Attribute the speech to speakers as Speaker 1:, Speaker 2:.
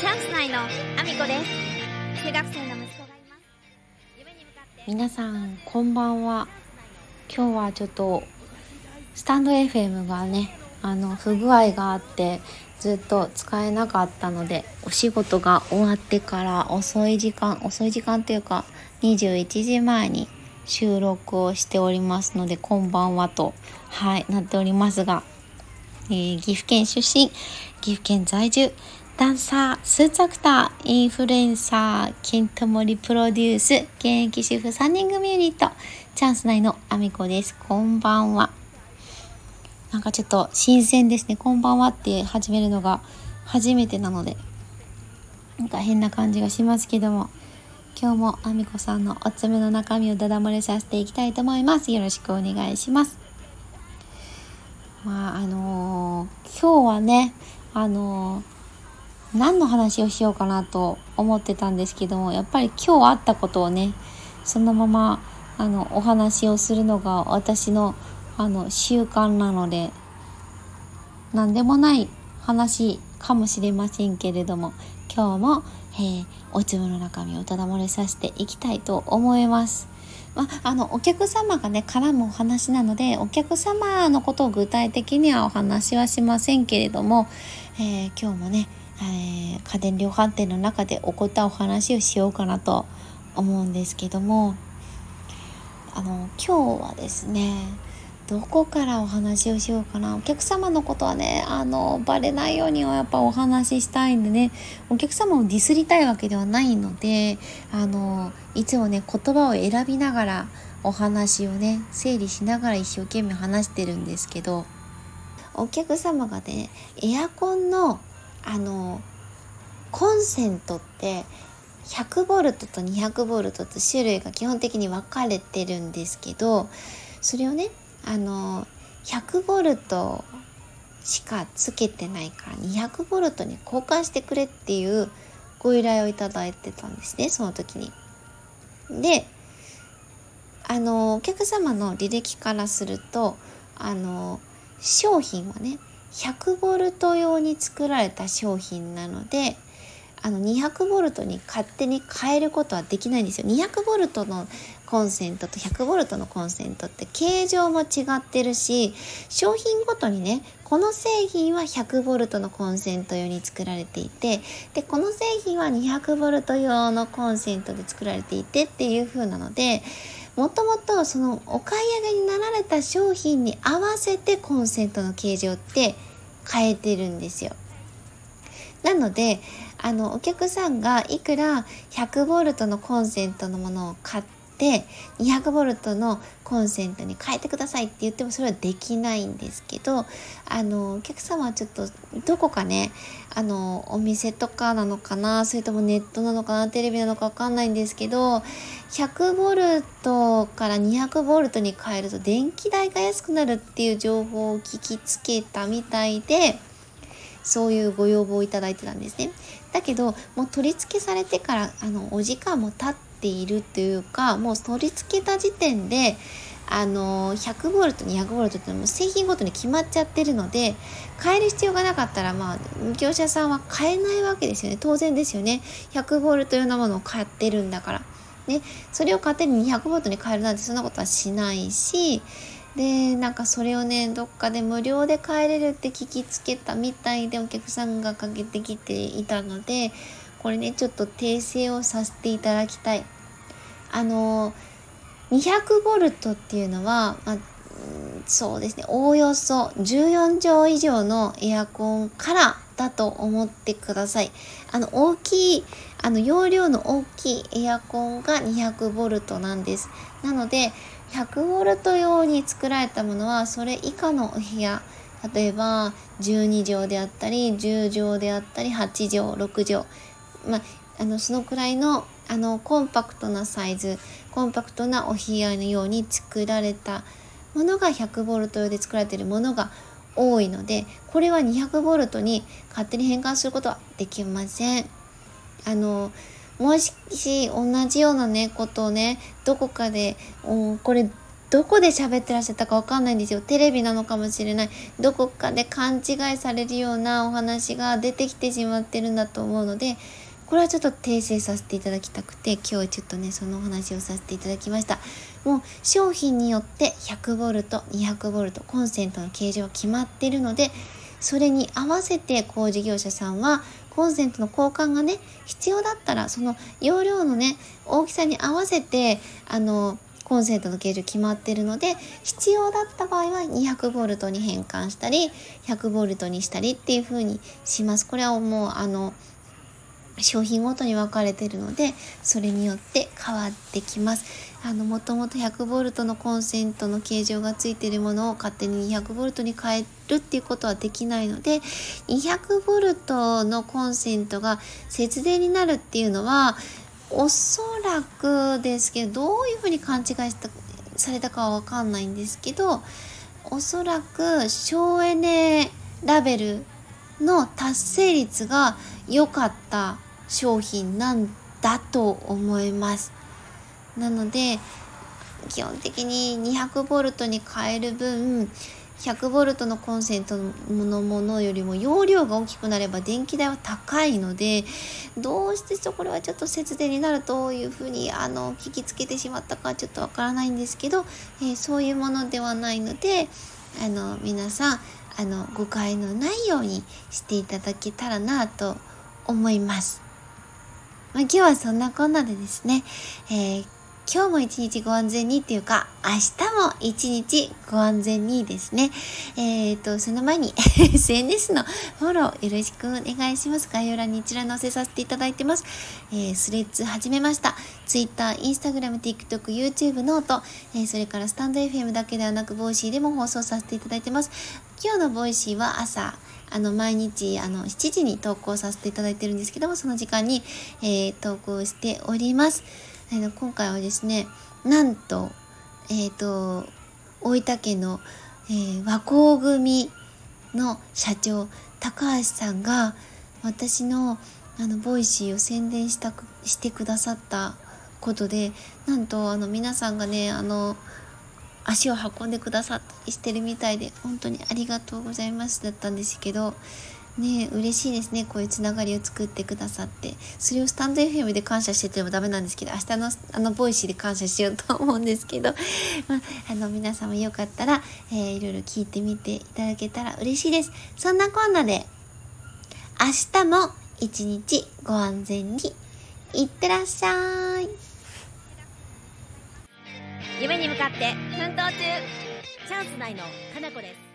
Speaker 1: チャンス内のアミコです。中学生の息子がいます。夢に向かって
Speaker 2: 皆さんこんばんは。今日はちょっとスタンド FM がね不具合があってずっと使えなかったので、お仕事が終わってから遅い時間というか21時前に収録をしておりますので、こんばんはとなっておりますが、岐阜県出身、岐阜県在住、ダンサー、スーツアクター、インフルエンサー、ケントモリプロデュース、現役主婦3人組ユニット、チャンス内のアミコです。こんばんは。なんかちょっと新鮮ですね。こんばんはって始めるのが初めてなので、なんか変な感じがしますけども、今日もアミコさんのおつめの中身をダダ漏れさせていきたいと思います。よろしくお願いします。今日はね、何の話をしようかなと思ってたんですけども、やっぱり今日あったことをね、そのままお話をするのが私の習慣なので、何でもない話かもしれませんけれども、今日も、お粒の中身をただ漏れさせていきたいと思います。お客様がね絡むお話なので、お客様のことを具体的にはお話はしませんけれども、今日もね、家電量販店の中で起こったお話をしようかなと思うんですけども、今日はですね、どこからお話をしようかな。お客様のことはね、バレないようにはやっぱお話ししたいんでね、お客様をディスりたいわけではないので、いつもね言葉を選びながらお話をね整理しながら一生懸命話してるんですけど、お客様がねエアコンのコンセントって100V と 200V と種類が基本的に分かれてるんですけど、それをね100V しかつけてないから 200V に交換してくれっていうご依頼をいただいてたんですね、その時に。でお客様の履歴からすると商品はね 100V 用に作られた商品なので、200V に勝手に変えることはできないんですよ。 200V のコンセントと 100V のコンセントって形状も違ってるし、商品ごとにねこの製品は 100V のコンセント用に作られていて、でこの製品は 200V 用のコンセントで作られていてっていう風なので、もともとそのお買い上げになられた商品に合わせてコンセントの形状って変えてるんですよ。なのでお客さんがいくら 100V のコンセントのものを買って 200V のコンセントに変えてくださいって言ってもそれはできないんですけど、お客様はちょっとどこかねお店とかなのかな、それともネットなのかな、テレビなのか分かんないんですけど、 100V から 200V に変えると電気代が安くなるっていう情報を聞きつけたみたいで、そういうご要望をいただいてたんですね。だけどもう取り付けされてからお時間も経っているというか、もう取り付けた時点で100V と 200V ってもう製品ごとに決まっちゃってるので、変える必要がなかったら業者さんは変えないわけですよね。当然ですよね。 100V ようなものを買ってるんだからね、それを勝手に 200V に変えるなんてそんなことはしないし、でなんかそれをねどっかで無料で帰れるって聞きつけたみたいで、お客さんがかけてきていたので、これねちょっと訂正をさせていただきたい。200V っていうのは、そうですね、おおよそ14畳以上のエアコンからだと思ってください。大きい容量の大きいエアコンが 200V なんです。なので100V 用に作られたものはそれ以下のお部屋、例えば12畳であったり10畳であったり8畳6畳、そのくらいのコンパクトなサイズ、コンパクトなお部屋のように作られたものが 100V 用で作られているものが多いので、これは 200V に勝手に変換することはできません。もし同じようなねことをねどこかでこれどこで喋ってらっしゃったかわかんないんですよ。テレビなのかもしれない。どこかで勘違いされるようなお話が出てきてしまってるんだと思うので、これはちょっと訂正させていただきたくて、今日はちょっとねそのお話をさせていただきました。もう商品によって 100V、200V コンセントの形状は決まっているので、それに合わせて工事業者さんはコンセントの交換がね必要だったら、その容量のね大きさに合わせてコンセントの形状決まっているので、必要だった場合は 200V に変換したり 100V にしたりっていう風にします。これはもう商品ごとに分かれているので、それによって変わってきます。もともと 100V のコンセントの形状がついているものを勝手に 200V に変えるっていうことはできないので、 200V のコンセントが節電になるっていうのは、おそらくですけど、どういうふうに勘違いされたかは分かんないんですけど、おそらく省エネラベルの達成率が良かった商品なんだと思います。なので基本的に 200V に変える分、 100V のコンセントのものよりも容量が大きくなれば電気代は高いので、どうしてこれはちょっと節電になるというふうに聞きつけてしまったかちょっとわからないんですけど、そういうものではないので、皆さん誤解のないようにしていただけたらなと思います。今日はそんなこんなでですね、今日も一日ご安全にっていうか、明日も一日ご安全にですね。その前にSNS のフォローよろしくお願いします。概要欄に一覧載せさせていただいてます。スレッズ始めました。Twitter、Instagram、TikTok、YouTube、ノート、それからスタンド FM だけではなく、ボイシーでも放送させていただいてます。今日のボイシーは朝、毎日7時に投稿させていただいてるんですけども、その時間に、投稿しております。今回はですね、なんと、大分県の、和光組の社長高橋さんが私のボイシーを宣伝してくださったことで、なんと皆さんがね足を運んでくださったりしてるみたいで、本当にありがとうございますだったんですけどね、嬉しいですね。こういうつながりを作ってくださって、それをスタンド FM で感謝しててもダメなんですけど、明日のボイシーで感謝しようと思うんですけど、皆さんもよかったら、いろいろ聞いてみていただけたら嬉しいです。そんなこんなで明日も一日ご安全にいってらっしゃい。
Speaker 1: 夢に向かって奮闘中、チャンス内のかなこです。